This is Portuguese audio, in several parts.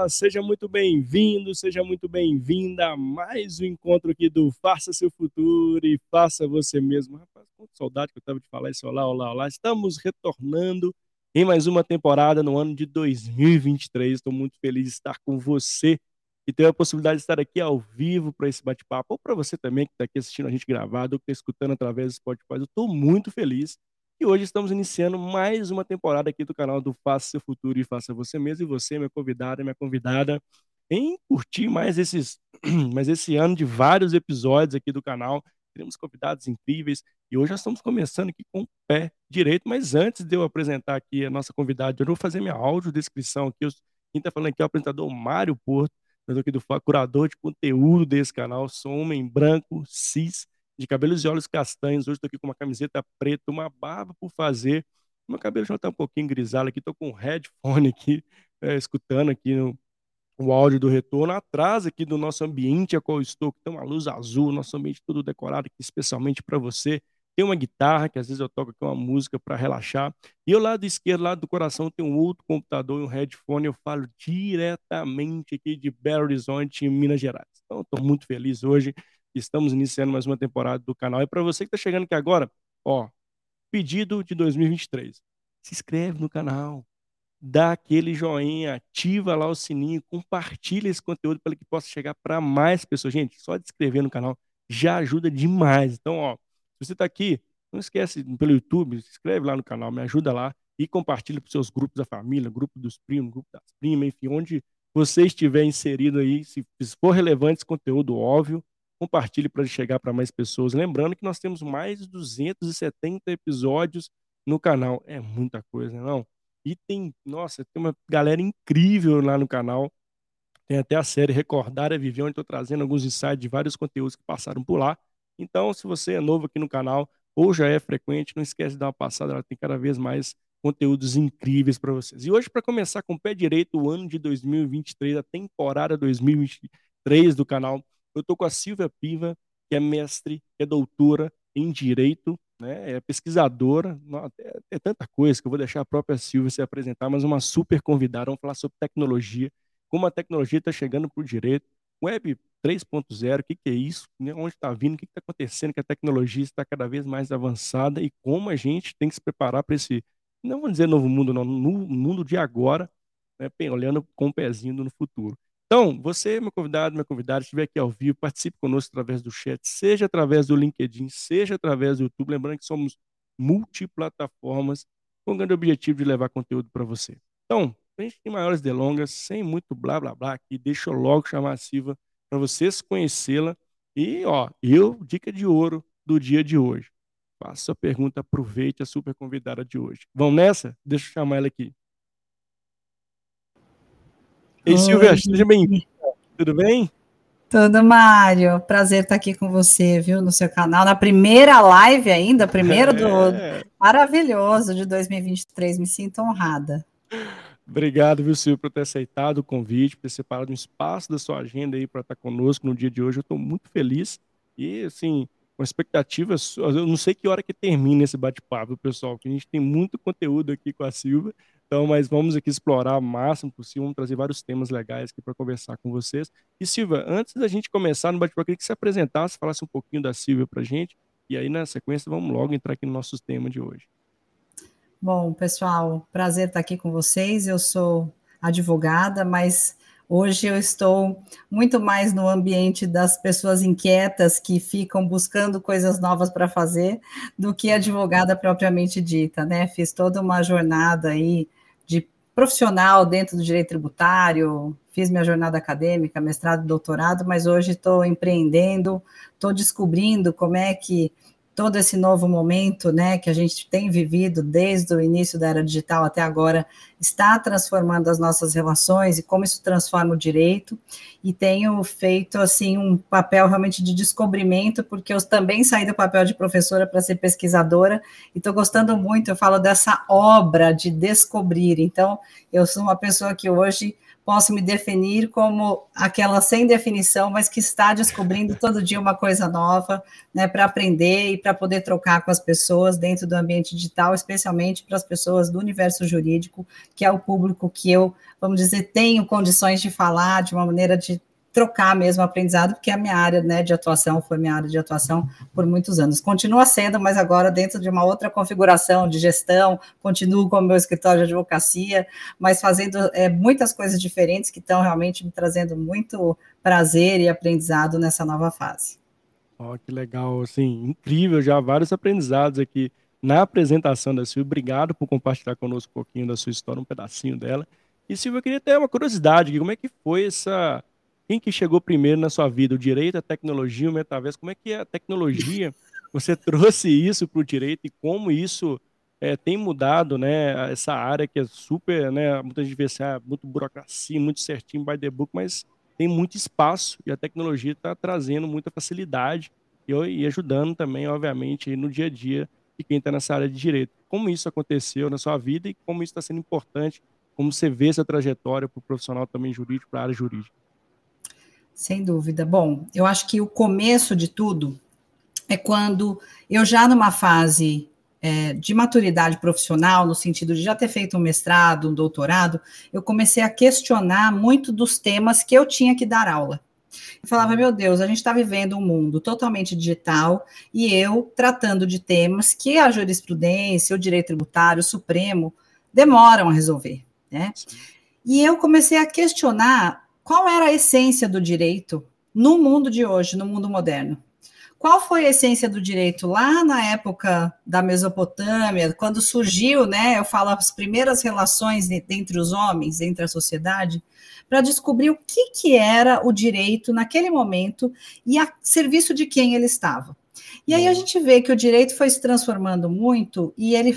Olá, seja muito bem-vindo, seja muito bem-vinda a mais um encontro aqui do Faça Seu Futuro e Faça Você Mesmo. Rapaz, com saudade que eu estava de falar esse olá, olá, olá. Estamos retornando em mais uma temporada no ano de 2023. Estou muito feliz de estar com você e ter a possibilidade de estar aqui ao vivo para esse bate-papo, ou para você também que está aqui assistindo a gente gravado ou que está escutando através do Spotify. Eu estou muito feliz. E hoje estamos iniciando mais uma temporada aqui do canal do Faça Seu Futuro e Faça Você Mesmo. E você, minha convidada, em curtir mais esse ano de vários episódios aqui do canal. Teremos convidados incríveis. E hoje nós estamos começando aqui com o pé direito. Mas antes de eu apresentar aqui a nossa convidada, eu vou fazer minha audiodescrição aqui. Quem está falando aqui é o apresentador Mário Porto. Eu estou aqui do curador de conteúdo desse canal. Sou homem branco, cis, de cabelos e olhos castanhos. Hoje estou aqui com uma camiseta preta, uma barba por fazer. Meu cabelo já está um pouquinho grisalho aqui. Estou com um headphone aqui, escutando aqui o áudio do retorno. Atrás aqui do nosso ambiente a qual eu estou, que tem uma luz azul, nosso ambiente todo decorado aqui especialmente para você. Tem uma guitarra, que às vezes eu toco aqui uma música para relaxar. E ao lado esquerdo, lado do coração, tem um outro computador e um headphone. Eu falo diretamente aqui de Belo Horizonte, em Minas Gerais. Então, estou muito feliz hoje. Estamos iniciando mais uma temporada do canal. E para você que está chegando aqui agora, ó, pedido de 2023. Se inscreve no canal, dá aquele joinha, ativa lá o sininho, compartilha esse conteúdo para que possa chegar para mais pessoas. Gente, só de inscrever no canal já ajuda demais. Então, ó, se você está aqui, não esquece pelo YouTube, se inscreve lá no canal, me ajuda lá e compartilha para os seus grupos da família, grupo dos primos, grupo das primas, enfim, onde você estiver inserido aí, se for relevante esse conteúdo, óbvio, compartilhe para chegar para mais pessoas. Lembrando que nós temos mais de 270 episódios no canal. É muita coisa, não? E nossa, tem uma galera incrível lá no canal. Tem até a série Recordar é Viver, onde estou trazendo alguns insights de vários conteúdos que passaram por lá. Então, se você é novo aqui no canal ou já é frequente, não esquece de dar uma passada, ela tem cada vez mais conteúdos incríveis para vocês. E hoje, para começar com o pé direito, o ano de 2023, a temporada 2023 do canal, eu estou com a Silvia Piva, que é mestre, que é doutora em Direito, né? É pesquisadora, é tanta coisa que eu vou deixar a própria Silvia se apresentar, mas uma super convidada. Vamos falar sobre tecnologia, como a tecnologia está chegando para o direito, Web 3.0, o que é isso, né? Onde está vindo, o que está acontecendo, que a tecnologia está cada vez mais avançada e como a gente tem que se preparar para esse, não vou dizer novo mundo, não, no mundo de agora, né? Olhando com o pezinho no futuro. Então, você, meu convidado, minha convidada, estiver aqui ao vivo, participe conosco através do chat, seja através do LinkedIn, seja através do YouTube, lembrando que somos multiplataformas, com o grande objetivo de levar conteúdo para você. Então, a gente tem maiores delongas, sem muito blá blá blá aqui, deixa eu logo chamar a Silva para vocês conhecê-la. E, ó, dica de ouro do dia de hoje. Faça a pergunta, aproveite a super convidada de hoje. Vamos nessa? Deixa eu chamar ela aqui. Ei, Silvia, seja bem-vinda. Tudo bem? Tudo, Mário. Prazer estar aqui com você, viu, no seu canal. Na primeira live ainda, maravilhoso de 2023. Me sinto honrada. Obrigado, viu, Silvio, por ter aceitado o convite, por ter separado um espaço da sua agenda aí para estar conosco no dia de hoje. Eu estou muito feliz e, assim, com expectativas. Eu não sei que hora que termina esse bate-papo, pessoal, que a gente tem muito conteúdo aqui com a Silvia. Então, mas vamos aqui explorar o máximo possível, vamos trazer vários temas legais aqui para conversar com vocês. E, Silvia, antes da gente começar no bate-papo, eu queria que você apresentasse, falasse um pouquinho da Silvia para a gente. E aí, na sequência, vamos logo entrar aqui no nosso tema de hoje. Bom, pessoal, prazer estar aqui com vocês. Eu sou advogada, mas hoje eu estou muito mais no ambiente das pessoas inquietas que ficam buscando coisas novas para fazer do que advogada propriamente dita, né? Fiz toda uma jornada aí de profissional dentro do direito tributário, fiz minha jornada acadêmica, mestrado, doutorado, mas hoje estou empreendendo, estou descobrindo como é que todo esse novo momento, né, que a gente tem vivido desde o início da era digital até agora, está transformando as nossas relações e como isso transforma o direito, e tenho feito, assim, um papel realmente de descobrimento, porque eu também saí do papel de professora para ser pesquisadora, e estou gostando muito, eu falo dessa obra de descobrir, então, eu sou uma pessoa que hoje posso me definir como aquela sem definição, mas que está descobrindo todo dia uma coisa nova, né, para aprender e para poder trocar com as pessoas dentro do ambiente digital, especialmente para as pessoas do universo jurídico que é o público que eu, vamos dizer, tenho condições de falar de uma maneira de trocar mesmo aprendizado, porque a minha área, né, de atuação foi minha área de atuação por muitos anos. Continua sendo, mas agora dentro de uma outra configuração de gestão, continuo com o meu escritório de advocacia, mas fazendo muitas coisas diferentes que estão realmente me trazendo muito prazer e aprendizado nessa nova fase. Ó, que legal, assim, incrível, já vários aprendizados aqui na apresentação da Silvia. Obrigado por compartilhar conosco um pouquinho da sua história, um pedacinho dela. E Silvia, eu queria ter uma curiosidade aqui, como é que foi essa... Quem que chegou primeiro na sua vida? O direito, a tecnologia, o metaverso? Como é que a tecnologia, você trouxe isso para o direito e como isso tem mudado, né, essa área que é super, né, muita gente vê assim, muito burocracia, muito certinho, by the book, mas tem muito espaço e a tecnologia está trazendo muita facilidade e ajudando também, obviamente, no dia a dia de quem está nessa área de direito. Como isso aconteceu na sua vida e como isso está sendo importante, como você vê essa trajetória para o profissional também jurídico, para a área jurídica? Sem dúvida. Bom, eu acho que o começo de tudo é quando eu já numa fase de maturidade profissional, no sentido de já ter feito um mestrado, um doutorado, eu comecei a questionar muito dos temas que eu tinha que dar aula. Eu falava, meu Deus, a gente está vivendo um mundo totalmente digital e eu tratando de temas que a jurisprudência, o direito tributário, o Supremo demoram a resolver, né? E eu comecei a questionar qual era a essência do direito no mundo de hoje, no mundo moderno. Qual foi a essência do direito lá na época da Mesopotâmia, quando surgiu, né, eu falo, as primeiras relações entre os homens, entre a sociedade, para descobrir o que era o direito naquele momento e a serviço de quem ele estava. E aí a gente vê que o direito foi se transformando muito e ele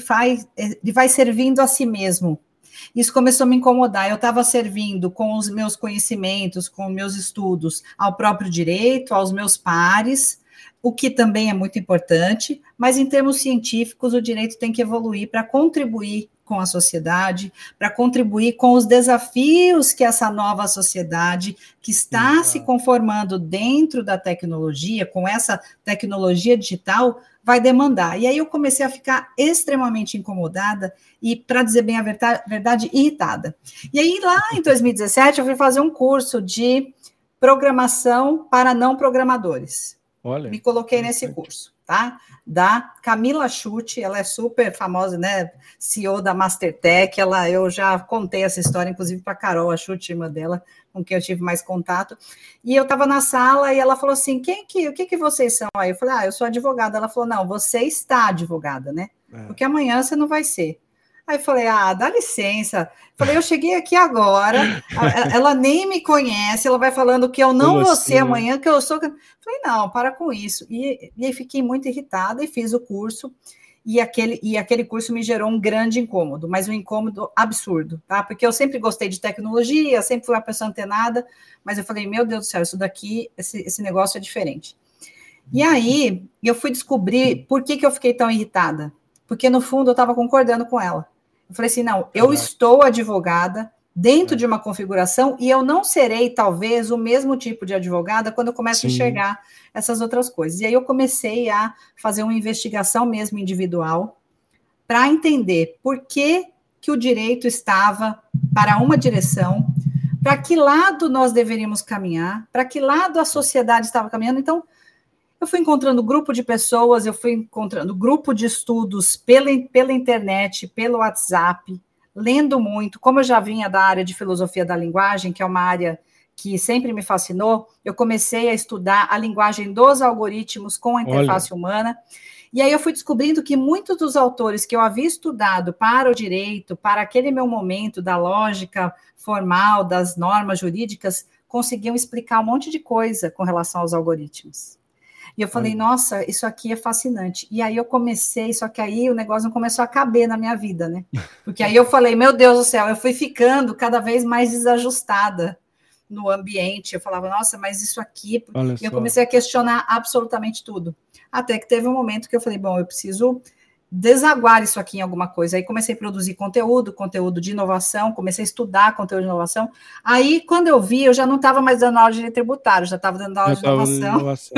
vai servindo a si mesmo. Isso começou a me incomodar. Eu estava servindo com os meus conhecimentos, com meus estudos, ao próprio direito, aos meus pares, o que também é muito importante, mas em termos científicos, o direito tem que evoluir para contribuir com a sociedade, para contribuir com os desafios que essa nova sociedade, que está se conformando dentro da tecnologia, com essa tecnologia digital, vai demandar. E aí eu comecei a ficar extremamente incomodada e, para dizer bem a verdade, irritada. E aí, lá em 2017, eu fui fazer um curso de programação para não programadores. Olha, me coloquei nesse curso, tá? Da Camila Schutt, ela é super famosa, né? CEO da Mastertech, eu já contei essa história, inclusive, para a Carol, a Schutt, irmã dela, com quem eu tive mais contato. E eu estava na sala e ela falou assim: o que vocês são aí? Eu falei, eu sou advogada. Ela falou: não, você está advogada, né? Porque amanhã você não vai ser. Aí eu falei, dá licença. Falei, eu cheguei aqui agora, ela nem me conhece, ela vai falando que eu não vou ser amanhã, que eu sou... Falei, não, para com isso. E aí fiquei muito irritada e fiz o curso, e aquele curso me gerou um grande incômodo, mas um incômodo absurdo, tá? Porque eu sempre gostei de tecnologia, sempre fui uma pessoa antenada, mas eu falei, meu Deus do céu, isso daqui, esse negócio é diferente. E aí, eu fui descobrir por que eu fiquei tão irritada. Porque, no fundo, eu estava concordando com ela. Eu falei assim, não, eu estou advogada dentro de uma configuração e eu não serei, talvez, o mesmo tipo de advogada quando eu começo a enxergar essas outras coisas. E aí eu comecei a fazer uma investigação mesmo individual para entender por que o direito estava para uma direção, para que lado nós deveríamos caminhar, para que lado a sociedade estava caminhando. Então, eu fui encontrando grupo de pessoas, eu fui encontrando grupo de estudos pela internet, pelo WhatsApp, lendo muito. Como eu já vinha da área de filosofia da linguagem, que é uma área que sempre me fascinou, eu comecei a estudar a linguagem dos algoritmos com a interface humana. E aí eu fui descobrindo que muitos dos autores que eu havia estudado para o direito, para aquele meu momento da lógica formal, das normas jurídicas, conseguiam explicar um monte de coisa com relação aos algoritmos. E eu falei, nossa, isso aqui é fascinante. E aí eu comecei, só que aí o negócio não começou a caber na minha vida, né? Porque aí eu falei, meu Deus do céu, eu fui ficando cada vez mais desajustada no ambiente. Eu falava, nossa, mas isso aqui... E eu comecei a questionar absolutamente tudo. Até que teve um momento que eu falei, bom, eu preciso desaguar isso aqui em alguma coisa. Aí comecei a produzir conteúdo de inovação, comecei a estudar conteúdo de inovação. Aí, quando eu vi, eu já não estava mais dando aula de direito tributário, já estava dando aula de inovação.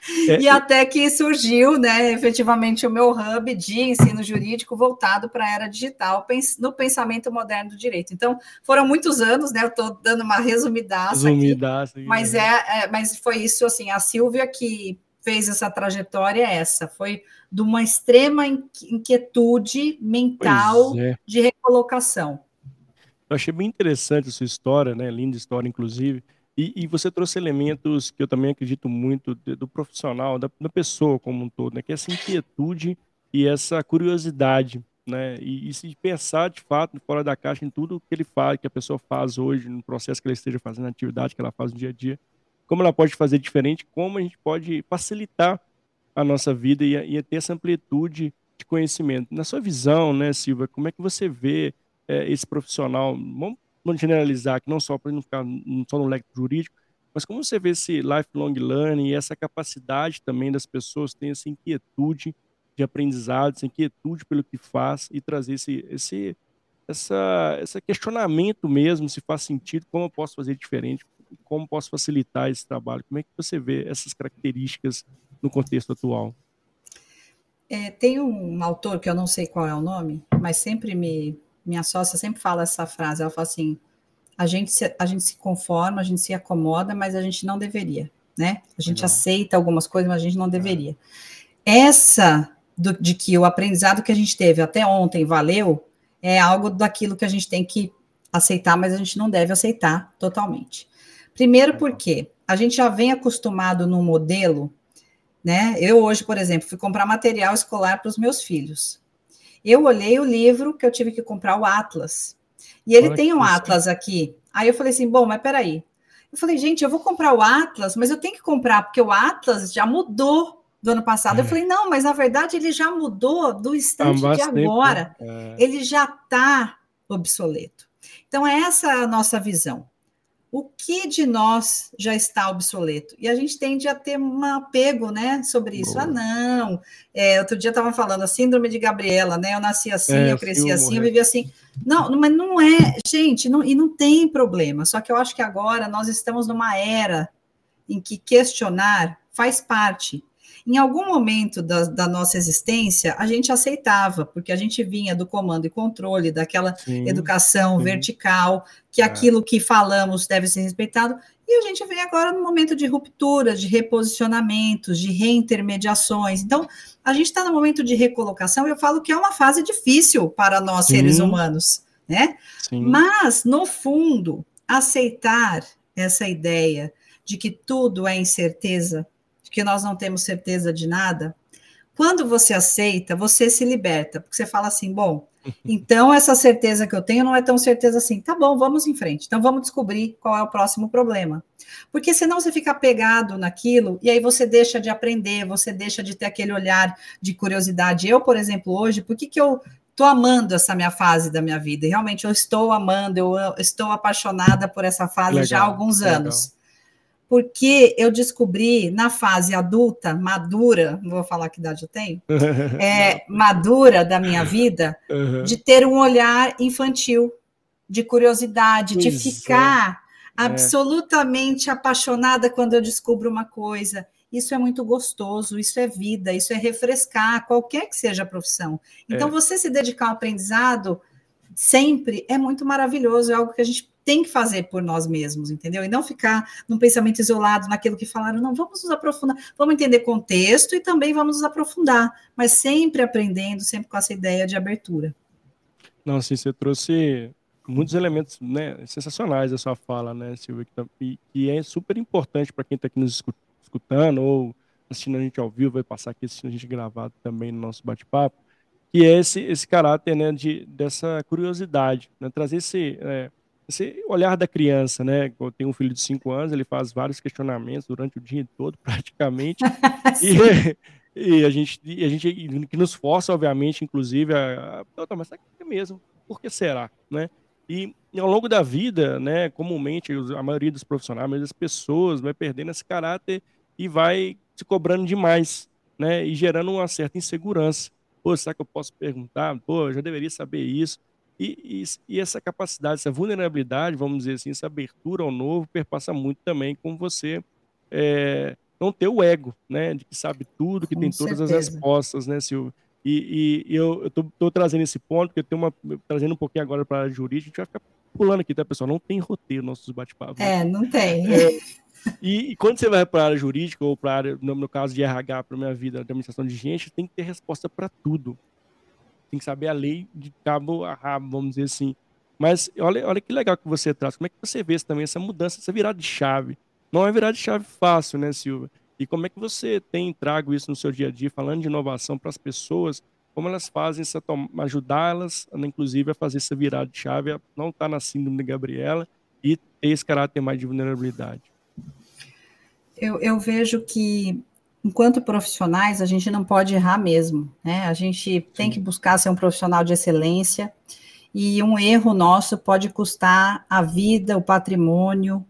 É, E até que surgiu, né, efetivamente, o meu hub de ensino jurídico voltado para a era digital, no pensamento moderno do direito. Então, foram muitos anos, né? Eu estou dando uma resumidaça aqui, resumidaço aqui, mas mas foi isso, assim, a Silvia que fez essa trajetória, foi de uma extrema inquietude Pois mental é. de recolocação. Eu achei bem interessante a sua história, né? Linda história, inclusive. E você trouxe elementos que eu também acredito muito do profissional, da pessoa como um todo, né? Que é essa inquietude e essa curiosidade, né? E se pensar de fato fora da caixa em tudo que ele faz, que a pessoa faz hoje, no processo que ela esteja fazendo, na atividade que ela faz no dia a dia, como ela pode fazer diferente, como a gente pode facilitar a nossa vida e ter essa amplitude de conhecimento. Na sua visão, né, Silvia, como é que você vê esse profissional? Vamos generalizar, que não só para não ficar só no leque jurídico, mas como você vê esse lifelong learning e essa capacidade também das pessoas terem essa inquietude de aprendizado, essa inquietude pelo que faz e trazer esse questionamento mesmo, se faz sentido, como eu posso fazer diferente, como posso facilitar esse trabalho. Como é que você vê essas características no contexto atual? Tem um autor que eu não sei qual é o nome, mas minha sócia sempre fala essa frase. Ela fala assim: a gente se conforma, a gente se acomoda, mas a gente não deveria, né? A gente Legal. aceita algumas coisas, mas a gente não deveria. Essa de que o aprendizado que a gente teve até ontem valeu é algo daquilo que a gente tem que aceitar, mas a gente não deve aceitar totalmente. Primeiro Legal. porque a gente já vem acostumado num modelo, né? Eu hoje, por exemplo, fui comprar material escolar para os meus filhos. Eu olhei o livro que eu tive que comprar, o Atlas. E ele Olha que tem um interessante. Atlas aqui. Aí eu falei assim: bom, mas peraí. Eu falei, gente, eu vou comprar o Atlas, mas eu tenho que comprar, porque o Atlas já mudou do ano passado. Eu falei, não, mas na verdade ele já mudou do Há instante de bastante tempo, agora. né? Ele já está obsoleto. Então, essa é a nossa visão. O que de nós já está obsoleto? E a gente tende a ter um apego, né, sobre isso. Ah, Boa. não. Outro dia estava falando a síndrome de Gabriela, né? Eu nasci assim, eu Sim, cresci vou assim, eu morrer. vivi assim. Não, mas não é, gente, e não tem problema. Só que eu acho que agora nós estamos numa era em que questionar faz parte. Em algum momento da nossa existência, a gente aceitava, porque a gente vinha do comando e controle, daquela Sim, educação sim. vertical, que É, aquilo que falamos deve ser respeitado, e a gente vem agora no momento de ruptura, de reposicionamentos, de reintermediações. Então, a gente está no momento de recolocação, e eu falo que é uma fase difícil para nós, seres sim, humanos, né? sim. Mas, no fundo, aceitar essa ideia de que tudo é incerteza, de que nós não temos certeza de nada, quando você aceita, você se liberta, porque você fala assim: bom, então essa certeza que eu tenho não é tão certeza assim. Tá bom, vamos em frente. Então vamos descobrir qual é o próximo problema. Porque senão você fica pegado naquilo e aí você deixa de aprender, você deixa de ter aquele olhar de curiosidade. Eu, por exemplo, hoje, por que eu estou amando essa minha fase da minha vida? E realmente eu estou amando, eu estou apaixonada por essa Que fase já há legal, alguns que legal. anos, porque eu descobri na fase adulta, madura, não vou falar que idade eu tenho, Não, madura da minha vida, de uhum. ter um olhar infantil, de curiosidade, de Pois é, ficar é, absolutamente apaixonada quando eu descubro uma coisa. Isso é muito gostoso, isso é vida, isso é refrescar, qualquer que seja a profissão. Então, é. você se dedicar ao aprendizado sempre é muito maravilhoso, é algo que a gente tem que fazer por nós mesmos, entendeu? E não ficar num pensamento isolado naquilo que falaram, não, vamos nos aprofundar, vamos entender contexto e também vamos nos aprofundar, mas sempre aprendendo, sempre com essa ideia de abertura. Não, assim, você trouxe muitos elementos, né, sensacionais da sua fala, né, Silvia, que é super importante para quem está aqui nos escutando ou assistindo a gente ao vivo, vai passar aqui assistindo a gente gravado também no nosso bate-papo, que é esse caráter, né, dessa curiosidade, né, trazer esse olhar da criança, né. Eu tenho um filho de 5 anos, ele faz vários questionamentos durante o dia todo, praticamente, e, Sim. e a gente que nos força, obviamente, inclusive, "Não, tá, mas será que é mesmo? Por que será?", né? E ao longo da vida, né, comumente, a maioria dos profissionais, a maioria das pessoas vai perdendo esse caráter e vai se cobrando demais, né, e gerando uma certa insegurança. Pô, será que eu posso perguntar? Pô, eu já deveria saber isso. E essa capacidade, essa vulnerabilidade, vamos dizer assim, essa abertura ao novo, perpassa muito também com você não ter o ego, né, de que sabe tudo, que Com tem todas as certeza. respostas, né, Silvio? E eu tô trazendo esse ponto, porque eu tenho trazendo um pouquinho agora para a área jurídica, a gente vai ficar pulando aqui, tá, pessoal? Não tem roteiro nossos bate-papos, né? É, não tem. E quando você vai para a área jurídica ou para a área, no meu caso de RH, para minha vida, de administração de gente, tem que ter resposta para tudo. Tem que saber a lei de cabo a rabo, vamos dizer assim. Mas olha que legal que você traz. Como é que você vê também essa mudança, essa virada de chave? Não é virada de chave fácil, né, Silvia? E como é que você tem trago isso no seu dia a dia, falando de inovação para as pessoas, como elas fazem ajudá-las, inclusive, a fazer essa virada de chave, a não estar na síndrome de Gabriela e ter esse caráter mais de vulnerabilidade. Eu vejo que, enquanto profissionais, a gente não pode errar mesmo, né? A gente tem que buscar ser um profissional de excelência, e um erro nosso pode custar a vida, o patrimônio,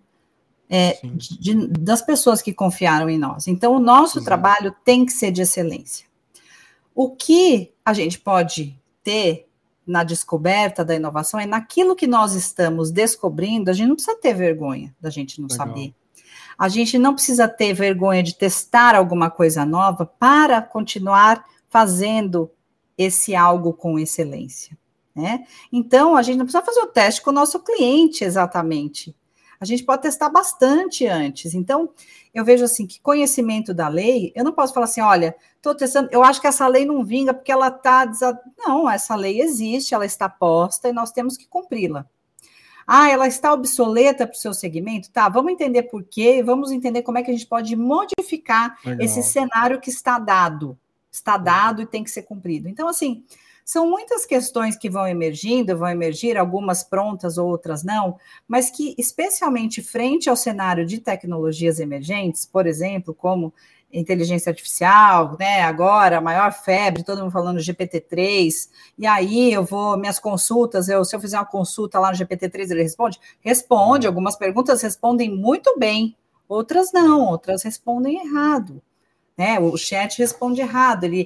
das pessoas que confiaram em nós. Então, o nosso trabalho tem que ser de excelência. O que a gente pode ter na descoberta da inovação é naquilo que nós estamos descobrindo, a gente não precisa ter vergonha da gente não saber. A gente não precisa ter vergonha de testar alguma coisa nova para continuar fazendo esse algo com excelência, né? Então, a gente não precisa fazer o teste com o nosso cliente exatamente. A gente pode testar bastante antes. Então, eu vejo assim que conhecimento da lei, eu não posso falar assim, olha, estou testando, eu acho que essa lei não vinga porque ela está... Não, essa lei existe, ela está posta e nós temos que cumpri-la. Ah, ela está obsoleta para o seu segmento? Tá, vamos entender por quê, vamos entender como é que a gente pode modificar esse cenário que está dado. Está dado e tem que ser cumprido. Então, assim, são muitas questões que vão emergir, algumas prontas, outras não, mas que, especialmente frente ao cenário de tecnologias emergentes, por exemplo, como inteligência artificial, né? Agora, a maior febre, todo mundo falando GPT-3, e aí eu vou, minhas consultas, se eu fizer uma consulta lá no GPT-3, ele responde? Responde, algumas perguntas respondem muito bem, outras não, outras respondem errado. Né? O chat responde errado, ele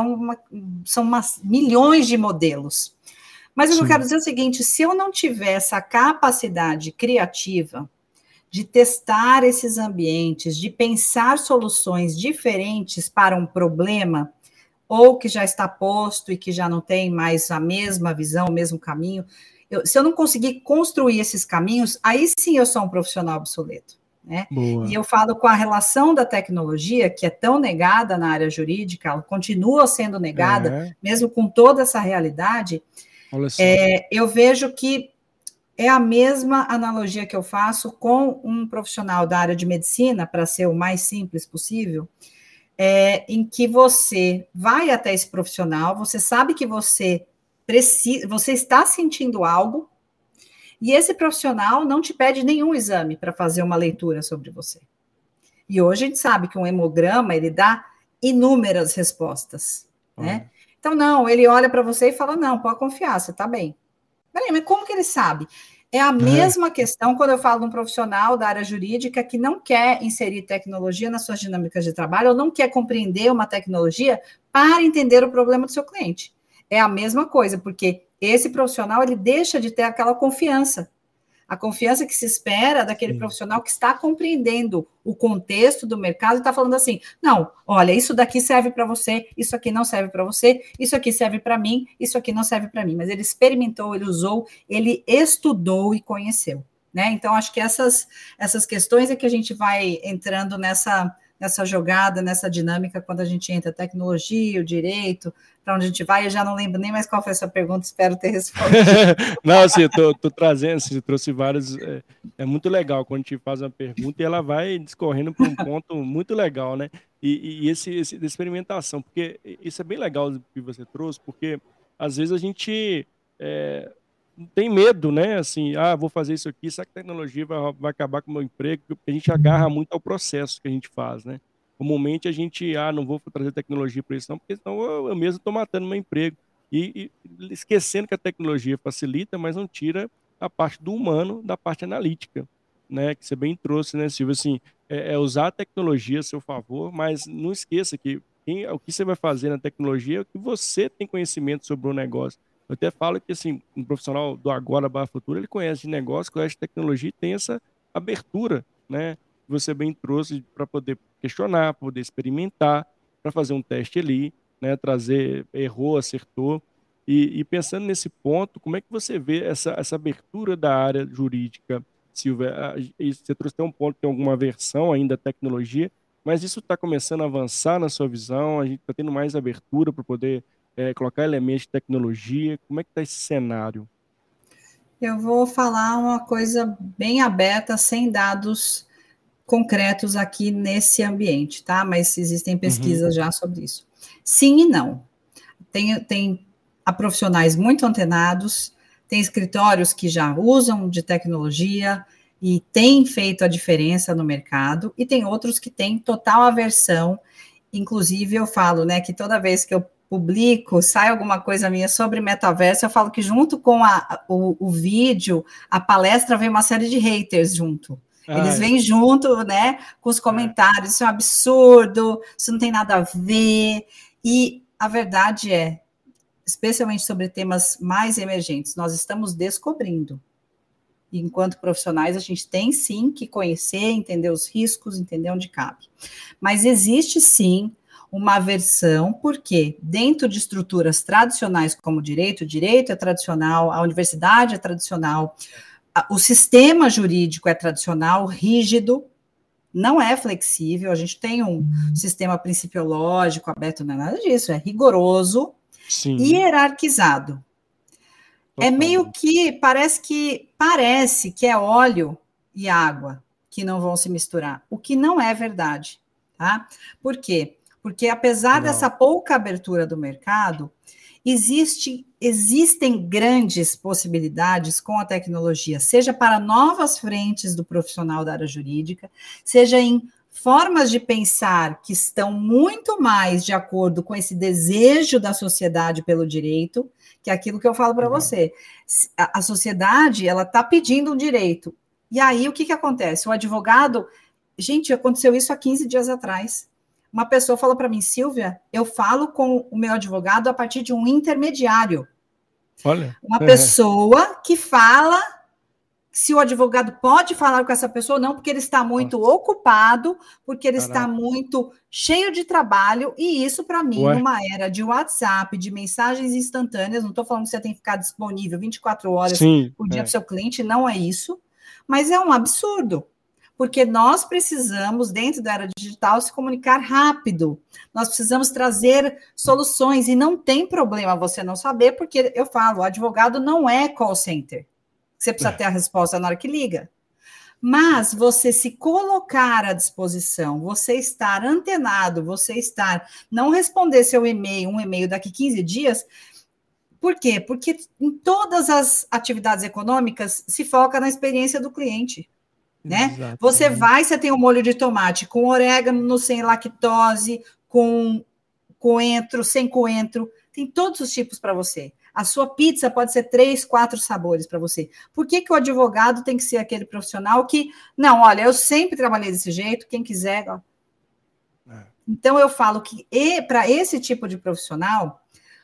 são milhões de modelos. Mas o que eu quero dizer é o seguinte: se eu não tiver essa capacidade criativa de testar esses ambientes, de pensar soluções diferentes para um problema, ou que já está posto e que já não tem mais a mesma visão, o mesmo caminho, se eu não conseguir construir esses caminhos, aí sim eu sou um profissional obsoleto. Né? E eu falo com a relação da tecnologia, que é tão negada na área jurídica, ela continua sendo negada, mesmo com toda essa realidade. Olha só. Eu vejo que é a mesma analogia que eu faço com um profissional da área de medicina, para ser o mais simples possível, em que você vai até esse profissional, você sabe que você está sentindo algo, e esse profissional não te pede nenhum exame para fazer uma leitura sobre você. E hoje a gente sabe que um hemograma, ele dá inúmeras respostas, né? Então, não, ele olha para você e fala, não, pode confiar, você está bem. Peraí, mas como que ele sabe? É a mesma questão quando eu falo de um profissional da área jurídica que não quer inserir tecnologia nas suas dinâmicas de trabalho ou não quer compreender uma tecnologia para entender o problema do seu cliente. É a mesma coisa, porque esse profissional, ele deixa de ter aquela confiança. A confiança que se espera daquele profissional que está compreendendo o contexto do mercado e está falando assim, não, olha, isso daqui serve para você, isso aqui não serve para você, isso aqui serve para mim, isso aqui não serve para mim. Mas ele experimentou, ele usou, ele estudou e conheceu. Né? Então, acho que essas questões é que a gente vai entrando nessa jogada, nessa dinâmica, quando a gente entra tecnologia, o direito, para onde a gente vai, eu já não lembro nem mais qual foi essa pergunta, espero ter respondido. Não, assim, eu tô trazendo, assim, trouxe vários, é muito legal quando a gente faz uma pergunta e ela vai discorrendo para um ponto muito legal, né? E esse de experimentação, porque isso é bem legal que você trouxe, porque às vezes a gente tem medo, né? Assim, vou fazer isso aqui, será que a tecnologia vai acabar com o meu emprego? Porque a gente agarra muito ao processo que a gente faz, né? Comumente a gente, não vou trazer tecnologia para isso não, porque senão eu mesmo estou matando meu emprego. E esquecendo que a tecnologia facilita, mas não tira a parte do humano, da parte analítica, né? Que você bem trouxe, né, Silvio? Assim, usar a tecnologia a seu favor, mas não esqueça que o que você vai fazer na tecnologia é o que você tem conhecimento sobre o negócio. Eu até falo que, assim, um profissional do agora barra futuro, ele conhece de negócio, conhece de tecnologia e tem essa abertura, né? Que você bem trouxe para poder questionar, para poder experimentar, para fazer um teste ali, né, trazer, errou, acertou. E pensando nesse ponto, como é que você vê essa abertura da área jurídica, Silvia? E você trouxe até um ponto, tem alguma versão ainda da tecnologia, mas isso está começando a avançar na sua visão? A gente está tendo mais abertura para poder colocar elementos de tecnologia? Como é que está esse cenário? Eu vou falar uma coisa bem aberta, sem dados concretos aqui nesse ambiente, tá? Mas existem Uhum. pesquisas já sobre isso. Sim e não. Tem há profissionais muito antenados, tem escritórios que já usam de tecnologia e têm feito a diferença no mercado, e tem outros que têm total aversão. Inclusive, eu falo, né, que toda vez que eu publico, sai alguma coisa minha sobre metaverso, eu falo que junto com o vídeo, a palestra, vem uma série de haters junto. Ah, Eles vêm junto, né, com os é. comentários, isso é um absurdo, isso não tem nada a ver. E a verdade é, especialmente sobre temas mais emergentes, nós estamos descobrindo. E enquanto profissionais, a gente tem sim que conhecer, entender os riscos, entender onde cabe. Mas existe sim uma versão, porque dentro de estruturas tradicionais como o direito é tradicional, a universidade é tradicional, o sistema jurídico é tradicional, rígido, não é flexível, a gente tem um sistema principiológico aberto, não é nada disso, é rigoroso, Sim, hierarquizado. É meio totalmente. que parece que é óleo e água que não vão se misturar, o que não é verdade, tá? Por quê? Porque apesar dessa Não. pouca abertura do mercado, existem grandes possibilidades com a tecnologia, seja para novas frentes do profissional da área jurídica, seja em formas de pensar que estão muito mais de acordo com esse desejo da sociedade pelo direito, que é aquilo que eu falo para Legal. você. A sociedade, ela está pedindo um direito. E aí, o que acontece? O advogado... Gente, aconteceu isso há 15 dias atrás. Uma pessoa falou para mim, Silvia, eu falo com o meu advogado a partir de um intermediário. Olha. Uma pessoa que fala se o advogado pode falar com essa pessoa ou não, porque ele está muito Nossa, ocupado, porque ele está caraca. muito cheio de trabalho, e isso, para mim, Ué, numa era de WhatsApp, de mensagens instantâneas, não estou falando que você tem que ficar disponível 24 horas sim, por dia para o seu cliente, não é isso, mas é um absurdo, porque nós precisamos, dentro da era digital, se comunicar rápido, nós precisamos trazer soluções, e não tem problema você não saber, porque eu falo, o advogado não é call center, você precisa ter a resposta na hora que liga. Mas você se colocar à disposição, você estar antenado, você estar, não responder seu e-mail, um e-mail daqui 15 dias, por quê? Porque em todas as atividades econômicas se foca na experiência do cliente, né? Você exatamente. vai, você tem um molho de tomate com orégano, sem lactose, com coentro, sem coentro, tem todos os tipos para você. A sua pizza pode ser 3, 4 sabores para você. Por que, que o advogado tem que ser aquele profissional que, não, olha, eu sempre trabalhei desse jeito, quem quiser. Ó. É, Então, eu falo que para esse tipo de profissional,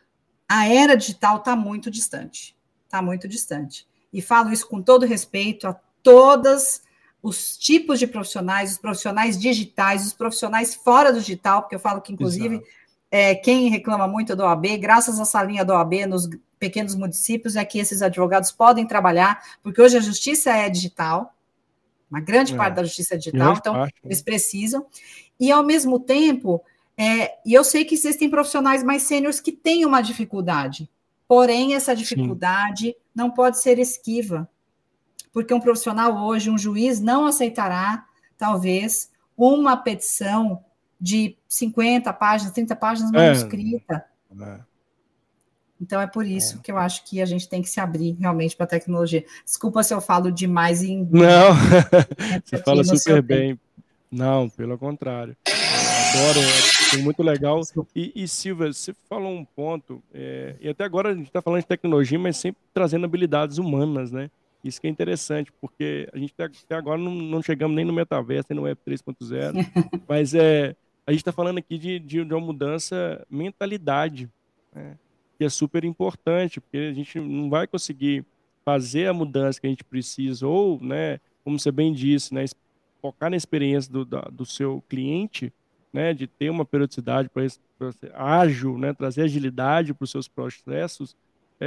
a era digital está muito distante. Está muito distante. E falo isso com todo respeito a todos os tipos de profissionais, os profissionais digitais, os profissionais fora do digital, porque eu falo que, inclusive, exato. quem reclama muito da OAB, graças à salinha da OAB nos pequenos municípios, é que esses advogados podem trabalhar, porque hoje a justiça é digital, uma grande parte É, da justiça é digital, grande então parte, eles né? precisam. E, ao mesmo tempo, e eu sei que existem profissionais mais sêniores que têm uma dificuldade, porém, essa Sim. dificuldade não pode ser esquiva, porque um profissional hoje, um juiz, não aceitará, talvez, uma petição de 50 páginas, 30 páginas É, manuscrita. é, Então, é por isso é. que eu acho que a gente tem que se abrir realmente para a tecnologia. Desculpa se eu falo demais Não, você aqui fala no seu super tempo. bem. Não, pelo contrário. Adoro, foi muito legal. Desculpa. E Silvia, você falou um ponto, e até agora a gente está falando de tecnologia, mas sempre trazendo habilidades humanas, né? Isso que é interessante, porque a gente até agora não chegamos nem no metaverso, nem no Web 3.0, mas a gente está falando aqui de uma mudança mentalidade, né? Que é super importante, porque a gente não vai conseguir fazer a mudança que a gente precisa, ou, né, como você bem disse, né, focar na experiência do seu cliente, né, de ter uma periodicidade para ser ágil, né, trazer agilidade para os seus processos,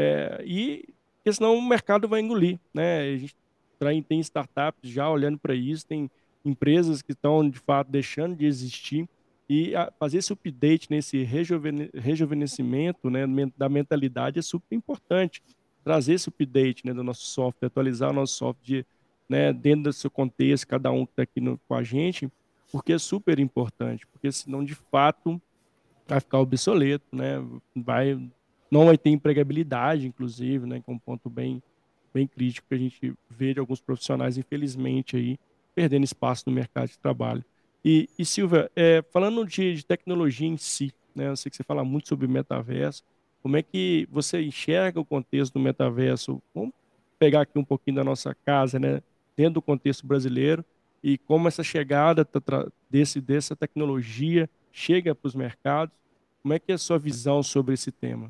porque senão o mercado vai engolir, né? A gente tem startups já olhando para isso, tem empresas que estão, de fato, deixando de existir, e fazer esse update, nesse rejuvenescimento, né, da mentalidade é super importante. Trazer esse update, né, do nosso software, atualizar o nosso software, né, dentro do seu contexto, cada um que está aqui com a gente, porque é super importante, porque senão, de fato, vai ficar obsoleto, né? Não vai ter empregabilidade, inclusive, né? Que é um ponto bem crítico que a gente vê de alguns profissionais, infelizmente, aí, perdendo espaço no mercado de trabalho. E Silvia, falando de tecnologia em si, né? Eu sei que você fala muito sobre metaverso. Como é que você enxerga o contexto do metaverso? Vamos pegar aqui um pouquinho da nossa casa, né? Dentro do contexto brasileiro, e como essa chegada dessa tecnologia chega para os mercados. Como é que é a sua visão sobre esse tema?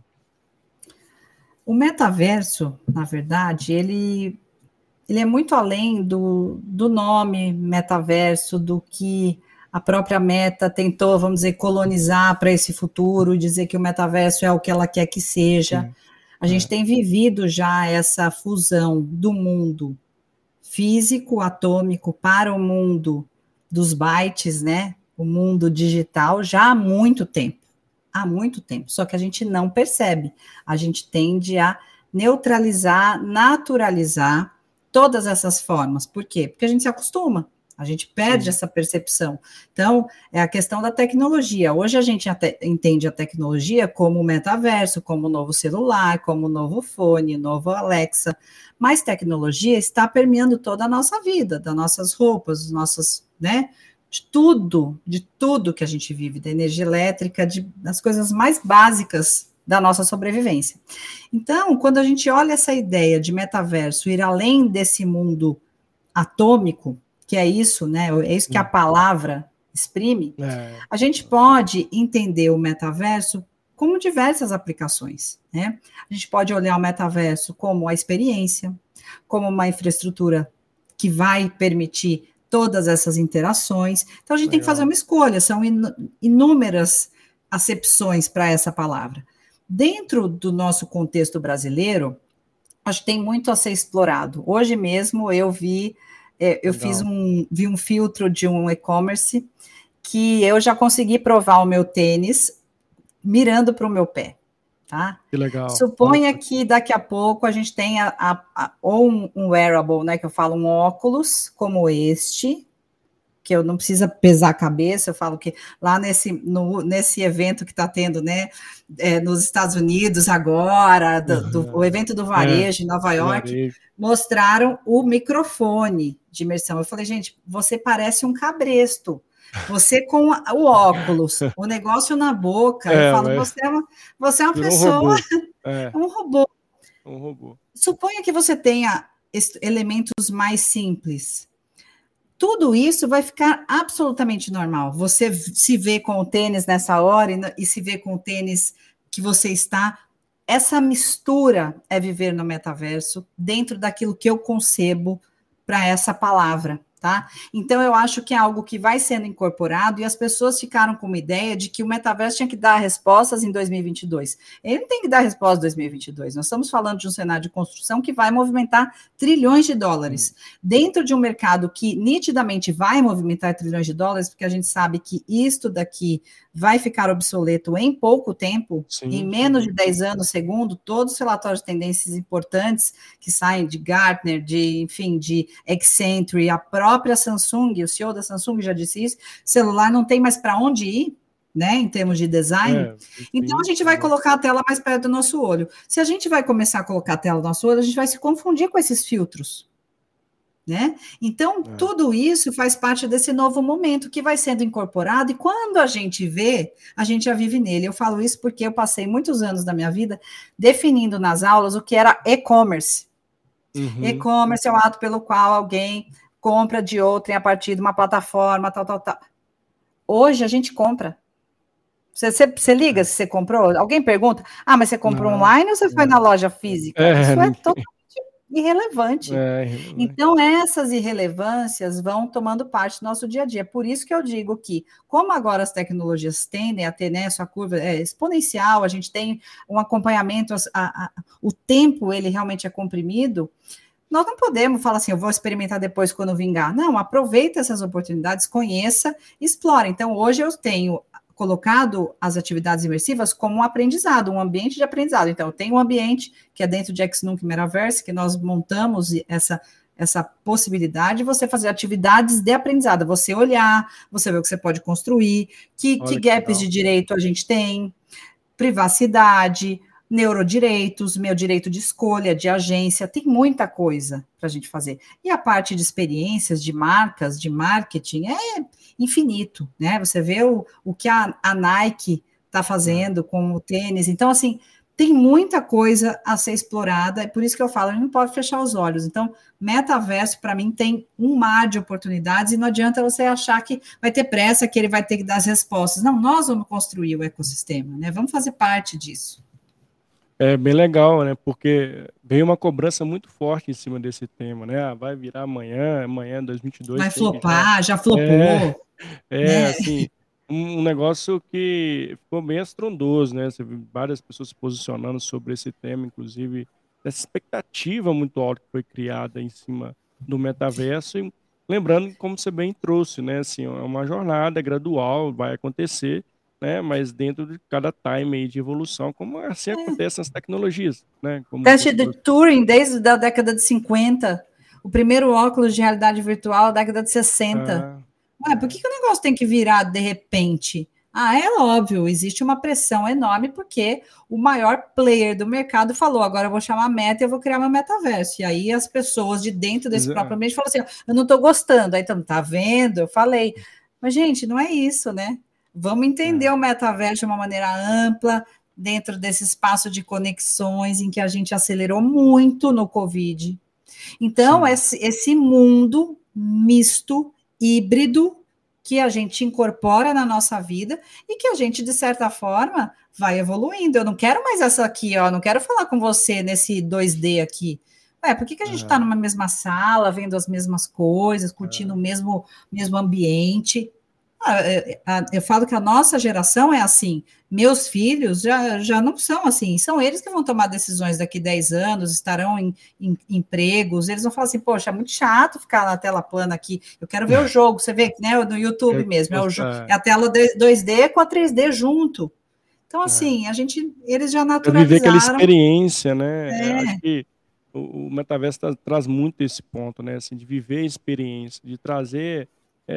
O metaverso, na verdade, ele é muito além do nome metaverso, do que a própria Meta tentou, vamos dizer, colonizar para esse futuro, dizer que o metaverso é o que ela quer que seja. Sim. A gente tem vivido já essa fusão do mundo físico, atômico, para o mundo dos bytes, né? O mundo digital, já há muito tempo. Há muito tempo. Só que a gente não percebe. A gente tende a neutralizar, naturalizar todas essas formas. Por quê? Porque a gente se acostuma. A gente perde essa percepção. Então, é a questão da tecnologia. Hoje a gente entende a tecnologia como o metaverso, como o novo celular, como o novo fone, novo Alexa. Mas tecnologia está permeando toda a nossa vida, das nossas roupas, dos nossos, né? De tudo que a gente vive, da energia elétrica, das coisas mais básicas da nossa sobrevivência. Então, quando a gente olha essa ideia de metaverso ir além desse mundo atômico, que é isso, né? É isso que a palavra exprime, a gente pode entender o metaverso como diversas aplicações, né? A gente pode olhar o metaverso como a experiência, como uma infraestrutura que vai permitir todas essas interações. Então, a gente tem que fazer uma escolha, são inúmeras acepções para essa palavra. Dentro do nosso contexto brasileiro, acho que tem muito a ser explorado. Hoje mesmo eu vi um filtro de um e-commerce que eu já consegui provar o meu tênis mirando para o meu pé, tá? Que legal. Suponha que daqui a pouco a gente tenha ou um wearable, né, que eu falo, um óculos como este, que eu não precisa pesar a cabeça. Eu falo que lá nesse evento que está tendo, né, nos Estados Unidos agora, o evento do varejo em Nova York, mostraram o microfone de imersão. Eu falei, gente, você parece um cabresto. Você com o óculos, o negócio na boca, eu falo, você é uma pessoa, um robô. Um robô. Suponha que você tenha elementos mais simples. Tudo isso vai ficar absolutamente normal. Você se vê com o tênis nessa hora e se vê com o tênis que você está. Essa mistura é viver no metaverso dentro daquilo que eu concebo para essa palavra, tá? Então, eu acho que é algo que vai sendo incorporado e as pessoas ficaram com uma ideia de que o metaverso tinha que dar respostas em 2022. Ele não tem que dar resposta em 2022. Nós estamos falando de um cenário de construção que vai movimentar trilhões de dólares. Dentro de um mercado que nitidamente vai movimentar trilhões de dólares, porque a gente sabe que isto daqui vai ficar obsoleto em pouco tempo, em menos de 10 anos, segundo todos os relatórios de tendências importantes que saem de Gartner, de Accenture, a própria Samsung, o CEO da Samsung já disse isso, celular não tem mais para onde ir, né, em termos de design. Então, a gente vai colocar a tela mais perto do nosso olho. Se a gente vai começar a colocar a tela no nosso olho, a gente vai se confundir com esses filtros, né? Então, tudo isso faz parte desse novo momento que vai sendo incorporado, e quando a gente vê, a gente já vive nele. Eu falo isso porque eu passei muitos anos da minha vida definindo nas aulas o que era e-commerce. E-commerce é o ato pelo qual alguém compra de outrem a partir de uma plataforma, tal. Hoje a gente compra. Você liga se você comprou? Alguém pergunta, mas você comprou online ou você foi na loja física? Isso é totalmente irrelevante. Irrelevante. Então, essas irrelevâncias vão tomando parte do nosso dia a dia. Por isso que eu digo que, como agora as tecnologias tendem a ter, né, essa curva exponencial, a gente tem um acompanhamento, o tempo, ele realmente é comprimido, nós não podemos falar assim, eu vou experimentar depois quando vingar. Não, aproveita essas oportunidades, conheça, explore. Então, hoje eu tenho colocado as atividades imersivas como um aprendizado, um ambiente de aprendizado. Então, eu tenho um ambiente que é dentro de XNUC Metaverse, que nós montamos essa possibilidade de você fazer atividades de aprendizado, você olhar, você ver o que você pode construir, que gaps de direito a gente tem, privacidade, neurodireitos, meu direito de escolha, de agência, tem muita coisa para a gente fazer. E a parte de experiências, de marcas, de marketing, é infinito, né? Você vê o que a Nike está fazendo com o tênis. Então, assim, tem muita coisa a ser explorada, e por isso que eu falo, a gente não pode fechar os olhos. Então, metaverso, para mim, tem um mar de oportunidades, e não adianta você achar que vai ter pressa, que ele vai ter que dar as respostas. Não, nós vamos construir o ecossistema, né? Vamos fazer parte disso. É bem legal, né? Porque veio uma cobrança muito forte em cima desse tema, né? Vai virar amanhã 2022 vai tem que flopar, já flopou. Né? Assim, um negócio que ficou bem estrondoso, né? Você viu várias pessoas se posicionando sobre esse tema, inclusive essa expectativa muito alta que foi criada em cima do metaverso. E lembrando, como você bem trouxe, né? Assim, é uma jornada gradual, vai acontecer, né? Mas dentro de cada time aí de evolução, como assim acontece nas tecnologias, né? Como Teste de Turing desde a década de 50, o primeiro óculos de realidade virtual da década de 60. Por que o negócio tem que virar de repente? É óbvio, existe uma pressão enorme porque o maior player do mercado falou, agora eu vou chamar a Meta e eu vou criar meu metaverso. E aí as pessoas de dentro desse próprio ambiente falam assim, eu não estou gostando. Aí então, tá vendo? Eu falei. Mas, gente, não é isso, né? Vamos entender o metaverso de uma maneira ampla, dentro desse espaço de conexões em que a gente acelerou muito no Covid. Então, esse mundo misto, híbrido, que a gente incorpora na nossa vida e que a gente, de certa forma, vai evoluindo. Eu não quero mais essa aqui, ó, não quero falar com você nesse 2D aqui. Por que a gente está numa mesma sala, vendo as mesmas coisas, curtindo o mesmo ambiente? Eu falo que a nossa geração é assim, meus filhos já não são assim, são eles que vão tomar decisões daqui 10 anos, estarão em empregos, eles vão falar assim, poxa, é muito chato ficar na tela plana aqui, eu quero ver o jogo, você vê, né, no YouTube mesmo, é a tela 2D com a 3D junto. Então, assim, eles já naturalizaram. Viver aquela experiência, né? Acho que o metaverso traz muito esse ponto, né? Assim, de viver a experiência, de trazer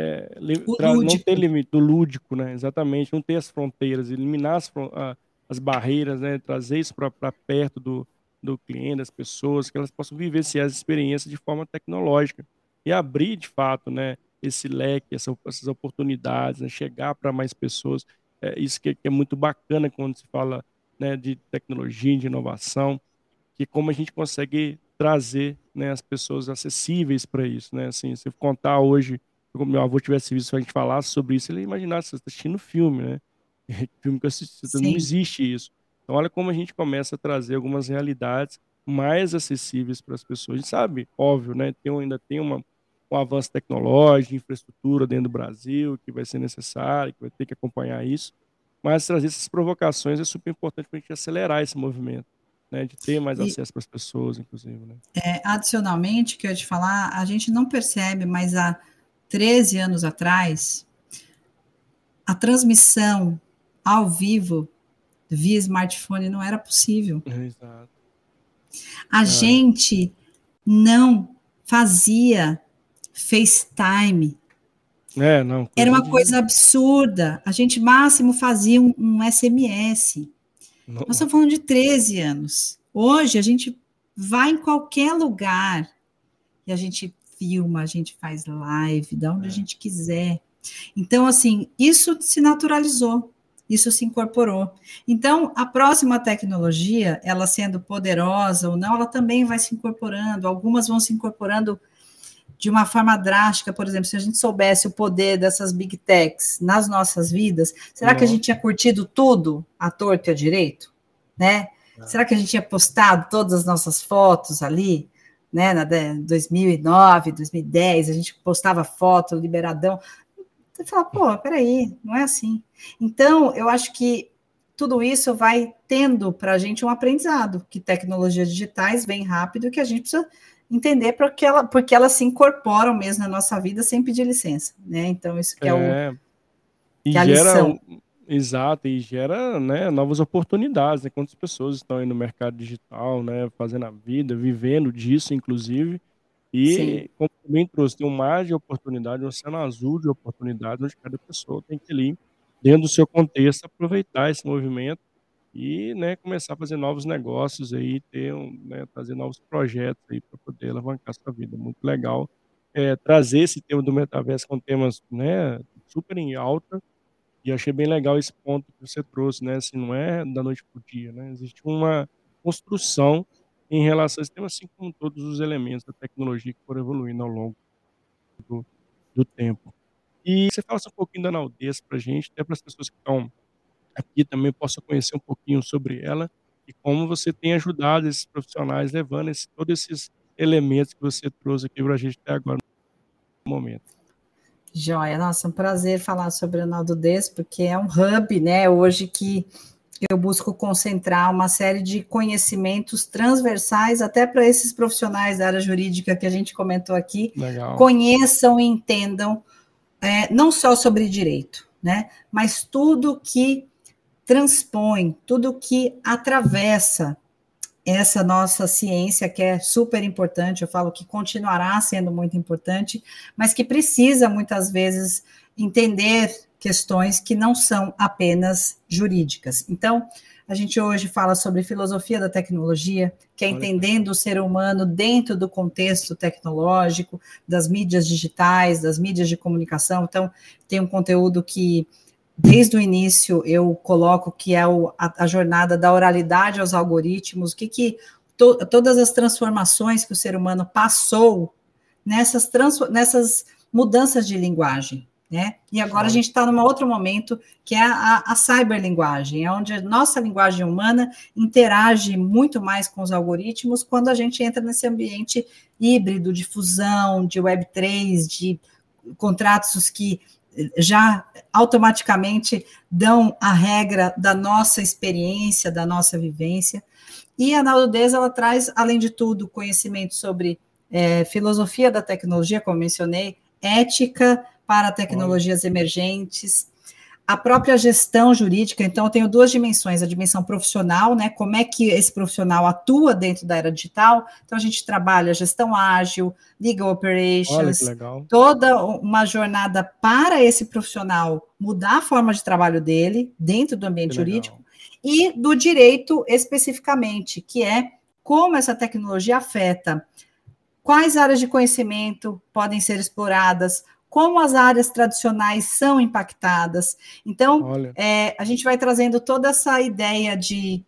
não ter limite do lúdico, né? Exatamente, não ter as fronteiras, eliminar as barreiras, né? Trazer isso para perto do cliente, das pessoas, que elas possam vivenciar as experiências de forma tecnológica e abrir, de fato, né? Esse leque, essas oportunidades, né? Chegar para mais pessoas. Isso que é muito bacana quando se fala, né, de tecnologia, de inovação, que como a gente consegue trazer, né, as pessoas acessíveis para isso, né? Assim, se eu contar hoje, como meu avô tivesse visto a gente falar sobre isso, ele ia imaginar, você está assistindo filme, né? Filme que eu assisti, não existe isso. Então, olha como a gente começa a trazer algumas realidades mais acessíveis para as pessoas. A gente sabe, óbvio, né? Ainda tem um avanço tecnológico, infraestrutura dentro do Brasil, que vai ser necessário, que vai ter que acompanhar isso. Mas trazer essas provocações é super importante para a gente acelerar esse movimento, né? De ter mais acesso para as pessoas, inclusive, né? Adicionalmente, que eu ia te falar, a gente não percebe, mas há 13 anos atrás, a transmissão ao vivo via smartphone não era possível. Exato. A gente não fazia FaceTime. Era uma coisa absurda. A gente máximo fazia um SMS. Nós estamos falando de 13 anos. Hoje a gente vai em qualquer lugar e a gente filma, a gente faz live, da onde a gente quiser. Então, assim, isso se naturalizou, isso se incorporou. Então, a próxima tecnologia, ela sendo poderosa ou não, ela também vai se incorporando. Algumas vão se incorporando de uma forma drástica. Por exemplo, se a gente soubesse o poder dessas big techs nas nossas vidas, será que a gente tinha curtido tudo à torto e à direito? Né? Será que a gente tinha postado todas as nossas fotos ali? né, 2009, 2010, a gente postava foto, liberadão. Você fala, pô, peraí, não é assim. Então, eu acho que tudo isso vai tendo para a gente um aprendizado, que tecnologias digitais vêm rápido e que a gente precisa entender porque elas se incorporam mesmo na nossa vida sem pedir licença, né? Então, isso que E que é a gera, lição. exato, e gera, né, novas oportunidades, né? Quantas pessoas estão aí no mercado digital, né, fazendo a vida, vivendo disso, inclusive, Sim. e como também trouxe, tem um mar de oportunidade, um oceano azul de oportunidades, onde cada pessoa tem que ali, dentro do seu contexto, aproveitar esse movimento e, né, começar a fazer novos negócios aí, né, trazer novos projetos aí para poder alavancar a sua vida. Muito legal, trazer esse tema do metaverso com temas, né, super em alta, e achei bem legal esse ponto que você trouxe, né, assim, não é da noite para o dia, né, existe uma construção em relação a esse tema, assim como todos os elementos da tecnologia que foram evoluindo ao longo do tempo. E você falasse um pouquinho da Naldez pra gente, até para as pessoas que estão aqui também possam conhecer um pouquinho sobre ela e como você tem ajudado esses profissionais levando todos esses elementos que você trouxe aqui para a gente até agora no momento. Joia, nossa, um prazer falar sobre o Naldo Des, porque é um hub, né, hoje que eu busco concentrar uma série de conhecimentos transversais até para esses profissionais da área jurídica que a gente comentou aqui, Legal. conheçam e entendam não só sobre direito, né, mas tudo que transpõe, tudo que atravessa essa nossa ciência, que é super importante, eu falo que continuará sendo muito importante, mas que precisa, muitas vezes, entender questões que não são apenas jurídicas. Então, a gente hoje fala sobre filosofia da tecnologia, que é entendendo o ser humano dentro do contexto tecnológico, das mídias digitais, das mídias de comunicação. Então, tem um conteúdo que desde o início eu coloco que é a jornada da oralidade aos algoritmos, todas as transformações que o ser humano passou nessas mudanças de linguagem, né? E agora a gente está num outro momento que é a cyberlinguagem, é onde a nossa linguagem humana interage muito mais com os algoritmos quando a gente entra nesse ambiente híbrido de fusão, de Web3, de contratos que já automaticamente dão a regra da nossa experiência, da nossa vivência. E a Naldez, ela traz, além de tudo, conhecimento sobre filosofia da tecnologia, como mencionei, ética para tecnologias emergentes, a própria gestão jurídica. Então, eu tenho duas dimensões, a dimensão profissional, né, como é que esse profissional atua dentro da era digital. Então, a gente trabalha gestão ágil, legal operations, toda uma jornada para esse profissional mudar a forma de trabalho dele dentro do ambiente jurídico, e do direito especificamente, que é como essa tecnologia afeta, quais áreas de conhecimento podem ser exploradas, como as áreas tradicionais são impactadas. Então, a gente vai trazendo toda essa ideia de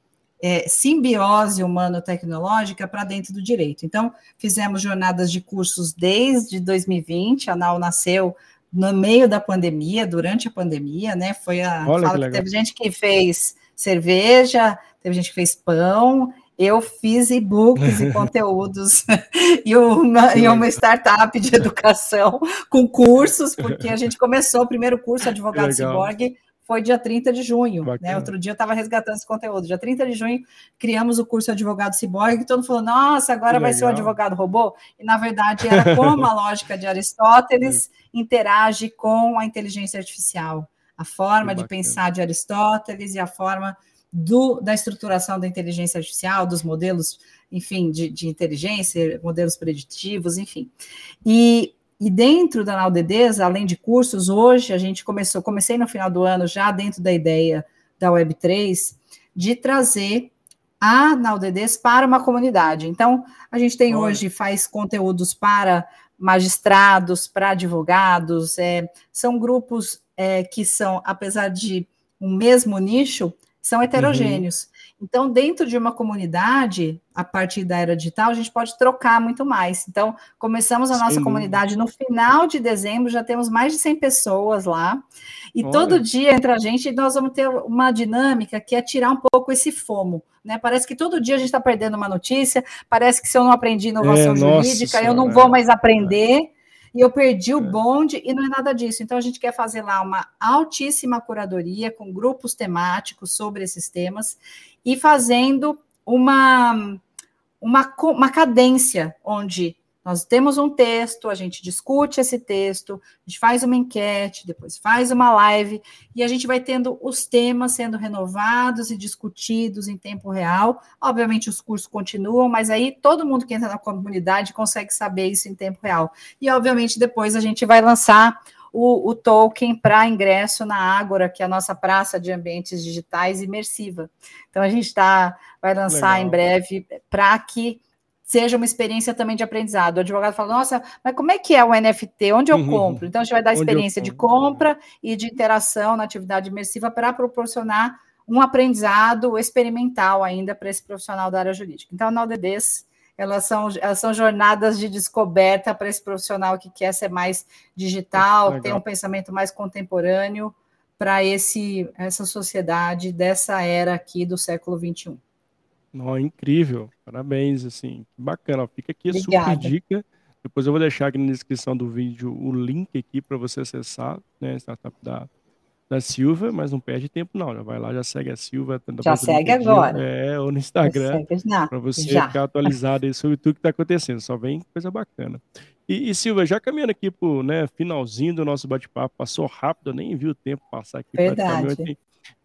simbiose humano-tecnológica para dentro do direito. Então, fizemos jornadas de cursos desde 2020, a NAU nasceu no meio da pandemia, durante a pandemia, né? Fala que teve gente que fez cerveja, teve gente que fez pão. Eu fiz e-books e conteúdos e uma startup de educação com cursos, porque a gente começou o primeiro curso Advogado Ciborgue, foi dia 30 de junho, né? Outro dia eu estava resgatando esse conteúdo. Dia 30 de junho, criamos o curso Advogado Ciborgue, e todo mundo falou, nossa, agora vai ser o advogado robô? E, na verdade, era como a lógica de Aristóteles interage com a inteligência artificial. A forma de pensar de Aristóteles e a forma da estruturação da inteligência artificial, dos modelos, enfim, de inteligência, modelos preditivos, enfim. E dentro da Naldez, além de cursos, hoje a gente comecei no final do ano, já dentro da ideia da Web3, de trazer a Naldez para uma comunidade. Então, a gente tem hoje, faz conteúdos para magistrados, para advogados, são grupos que são, apesar de um mesmo nicho, são heterogêneos. Então, dentro de uma comunidade, a partir da era digital, a gente pode trocar muito mais. Então, começamos a nossa comunidade no final de dezembro, já temos mais de 100 pessoas lá, e todo dia entre a gente, nós vamos ter uma dinâmica que é tirar um pouco esse FOMO, né? Parece que todo dia a gente está perdendo uma notícia, parece que se eu não aprendi inovação jurídica, eu não vou mais aprender, e eu perdi o bonde, e não é nada disso. Então, a gente quer fazer lá uma altíssima curadoria, com grupos temáticos sobre esses temas, e fazendo uma cadência, onde nós temos um texto, a gente discute esse texto, a gente faz uma enquete, depois faz uma live, e a gente vai tendo os temas sendo renovados e discutidos em tempo real. Obviamente, os cursos continuam, mas aí todo mundo que entra na comunidade consegue saber isso em tempo real. E, obviamente, depois a gente vai lançar o token para ingresso na Ágora, que é a nossa praça de ambientes digitais imersiva. Então, a gente vai lançar em breve para que seja uma experiência também de aprendizado. O advogado fala, nossa, mas como é que é o NFT? Onde eu compro? Então, a gente vai dar experiência de compra e de interação na atividade imersiva para proporcionar um aprendizado experimental ainda para esse profissional da área jurídica. Então, a NAUDDs, elas são jornadas de descoberta para esse profissional que quer ser mais digital, ter um pensamento mais contemporâneo para essa sociedade dessa era aqui do século XXI. Não, incrível, parabéns, assim, que bacana. Fica aqui a super dica. Depois eu vou deixar aqui na descrição do vídeo o link aqui para você acessar, né, a startup da Silva, mas não perde tempo não, já vai lá, já segue a Silva, já segue agora, ou no Instagram, para você ficar atualizado aí sobre tudo que está acontecendo, só vem coisa bacana. E Silva, já caminhando aqui pro, né, finalzinho do nosso bate-papo, passou rápido, eu nem vi o tempo passar aqui. Verdade.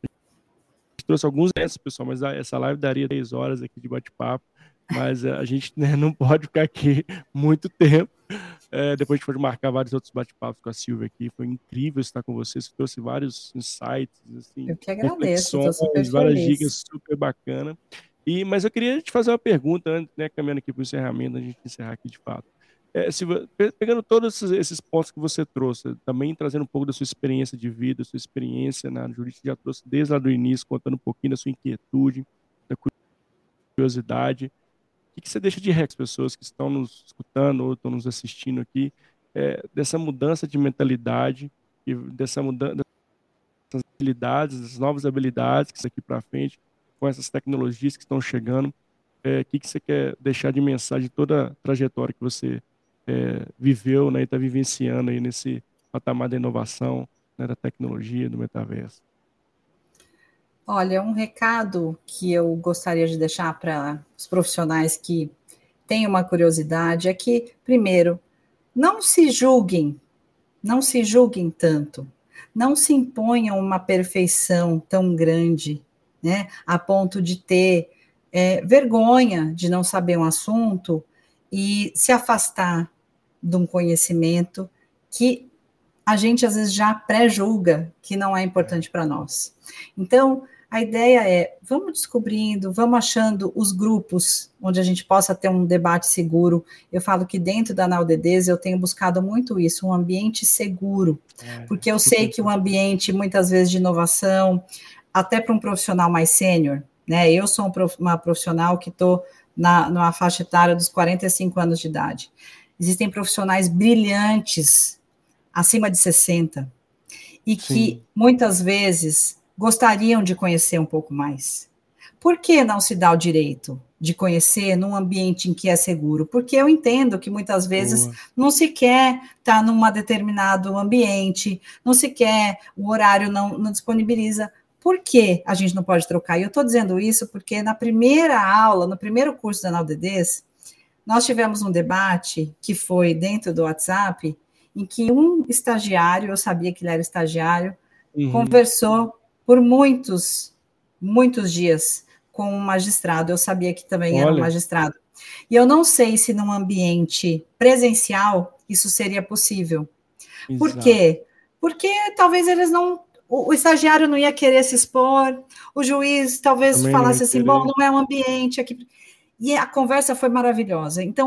Trouxe alguns exemplos, pessoal, mas essa live daria 3 horas aqui de bate-papo, mas a gente, né, não pode ficar aqui muito tempo. Depois a gente pode marcar vários outros bate-papos com a Silvia aqui. Foi incrível estar com você. Você trouxe vários insights, assim, eu que agradeço, reflexões, várias dicas super bacanas. Mas eu queria te fazer uma pergunta, antes, né, caminhando aqui para o encerramento, a gente encerrar aqui de fato. Silvia, pegando todos esses pontos que você trouxe, também trazendo um pouco da sua experiência de vida, sua experiência na jurídica, já trouxe desde lá do início, contando um pouquinho da sua inquietude, da curiosidade. O que você deixa de recado às pessoas que estão nos escutando ou estão nos assistindo aqui, dessa mudança de mentalidade, e dessa mudança das habilidades, das novas habilidades que daqui para frente, com essas tecnologias que estão chegando, o que você quer deixar de mensagem de toda a trajetória que você viveu, né, e está vivenciando aí nesse patamar da inovação, né, da tecnologia, do metaverso? Olha, um recado que eu gostaria de deixar para os profissionais que têm uma curiosidade é que, primeiro, não se julguem tanto, não se imponham uma perfeição tão grande, né, a ponto de ter vergonha de não saber um assunto e se afastar de um conhecimento que a gente às vezes já pré-julga que não é importante para nós. Então, a ideia vamos descobrindo, vamos achando os grupos onde a gente possa ter um debate seguro. Eu falo que dentro da NAUDDs eu tenho buscado muito isso, um ambiente seguro, porque eu sei que o ambiente, muitas vezes, de inovação, até para um profissional mais sênior, né? Eu sou uma profissional que estou numa faixa etária dos 45 anos de idade. Existem profissionais brilhantes, acima de 60, e que muitas vezes gostariam de conhecer um pouco mais. Por que não se dá o direito de conhecer num ambiente em que é seguro? Porque eu entendo que muitas vezes não se quer estar num determinado ambiente, não se quer, o horário não disponibiliza. Por que a gente não pode trocar? E eu estou dizendo isso porque na primeira aula, no primeiro curso da NAUDDs, nós tivemos um debate que foi dentro do WhatsApp, em que um estagiário, eu sabia que ele era estagiário, conversou por muitos dias com um magistrado, eu sabia que também era um magistrado. E eu não sei se num ambiente presencial isso seria possível. Exato. Por quê? Porque talvez eles não... O estagiário não ia querer se expor, o juiz talvez também falasse assim, bom, não é um ambiente aqui... E a conversa foi maravilhosa. Então,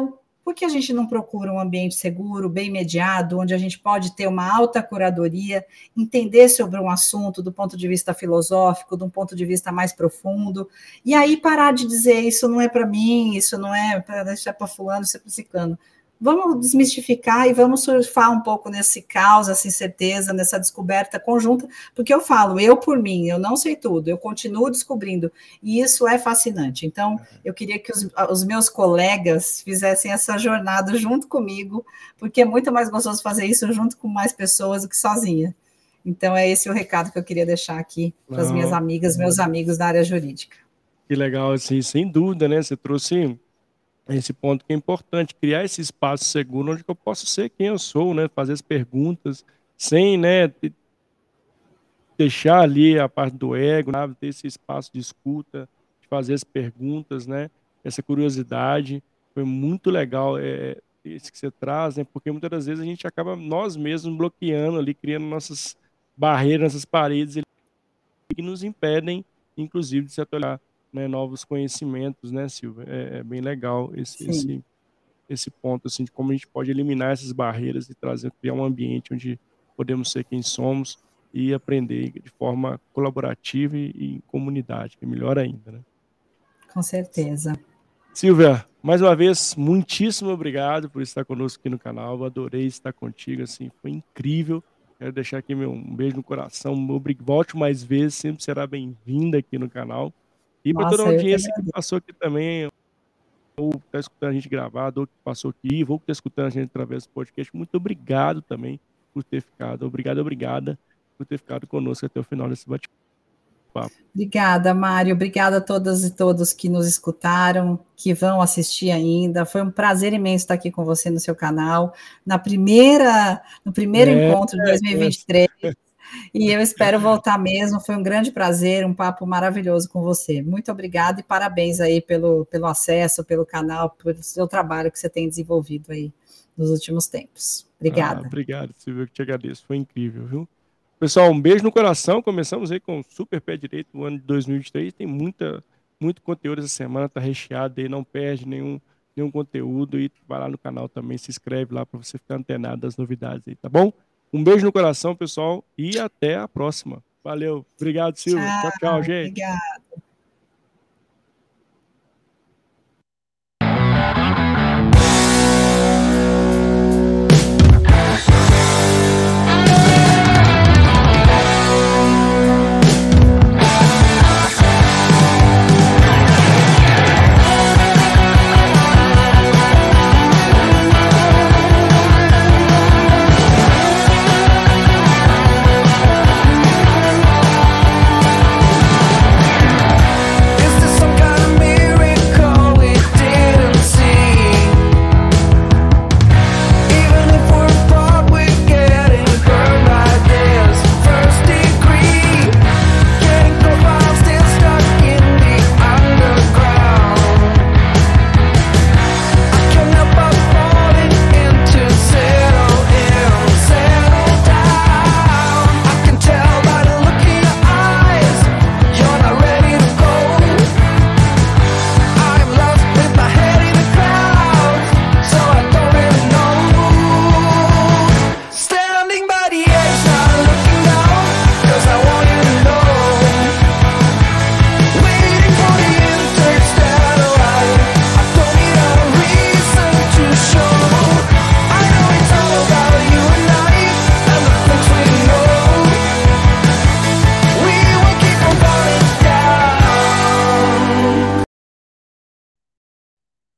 por que a gente não procura um ambiente seguro, bem mediado, onde a gente pode ter uma alta curadoria, entender sobre um assunto do ponto de vista filosófico, de um ponto de vista mais profundo, e aí parar de dizer isso não é para mim, isso não é para deixar para fulano, isso é para ciclano. Vamos desmistificar e vamos surfar um pouco nesse caos, essa incerteza, nessa descoberta conjunta, porque eu falo, eu por mim, eu não sei tudo, eu continuo descobrindo, e isso é fascinante. Então, eu queria que os meus colegas fizessem essa jornada junto comigo, porque é muito mais gostoso fazer isso junto com mais pessoas do que sozinha. Então, é esse o recado que eu queria deixar aqui para as minhas amigas, meus amigos da área jurídica. Que legal, assim, sem dúvida, né? Você trouxe esse ponto que é importante, criar esse espaço seguro onde eu posso ser quem eu sou, né? Fazer as perguntas sem, né, deixar ali a parte do ego, né? Ter esse espaço de escuta, de fazer as perguntas, né? Essa curiosidade foi muito legal, isso que você traz, né? Porque muitas das vezes a gente acaba nós mesmos bloqueando ali, criando nossas barreiras, nossas paredes ali, que nos impedem, inclusive, de se atualizar, né, novos conhecimentos, né, Silvia? É bem legal Sim. esse ponto, assim, de como a gente pode eliminar essas barreiras e trazer, criar um ambiente onde podemos ser quem somos e aprender de forma colaborativa e em comunidade, que é melhor ainda, né? Com certeza. Silvia, mais uma vez, muitíssimo obrigado por estar conosco aqui no canal. Eu adorei estar contigo, assim, foi incrível. Quero deixar aqui um beijo no coração. Volte mais vezes, sempre será bem-vinda aqui no canal. E para toda a Nossa, eu que audiência que agradeço. passou aqui também, ou que está escutando a gente gravado, ou que passou aqui, ou que está escutando a gente através do podcast, muito obrigado também por ter ficado. Obrigada por ter ficado conosco até o final desse bate-papo. Obrigada, Mário. Obrigada a todas e todos que nos escutaram, que vão assistir ainda. Foi um prazer imenso estar aqui com você no seu canal, no primeiro É, encontro de 2023. E eu espero voltar mesmo. Foi um grande prazer, um papo maravilhoso com você. Muito obrigada e parabéns aí pelo acesso, pelo canal, pelo seu trabalho que você tem desenvolvido aí nos últimos tempos. Obrigada. obrigado, Silvio, eu que te agradeço. Foi incrível, viu? Pessoal, um beijo no coração. Começamos aí com o Super Pé Direito no ano de 2023. Tem muito conteúdo essa semana, tá recheado aí, não perde nenhum conteúdo. E vai lá no canal também, se inscreve lá para você ficar antenado das novidades aí, tá bom? Um beijo no coração, pessoal, e até a próxima. Valeu. Obrigado, Silvio. Tchau, Tchau, tchau, gente. obrigada.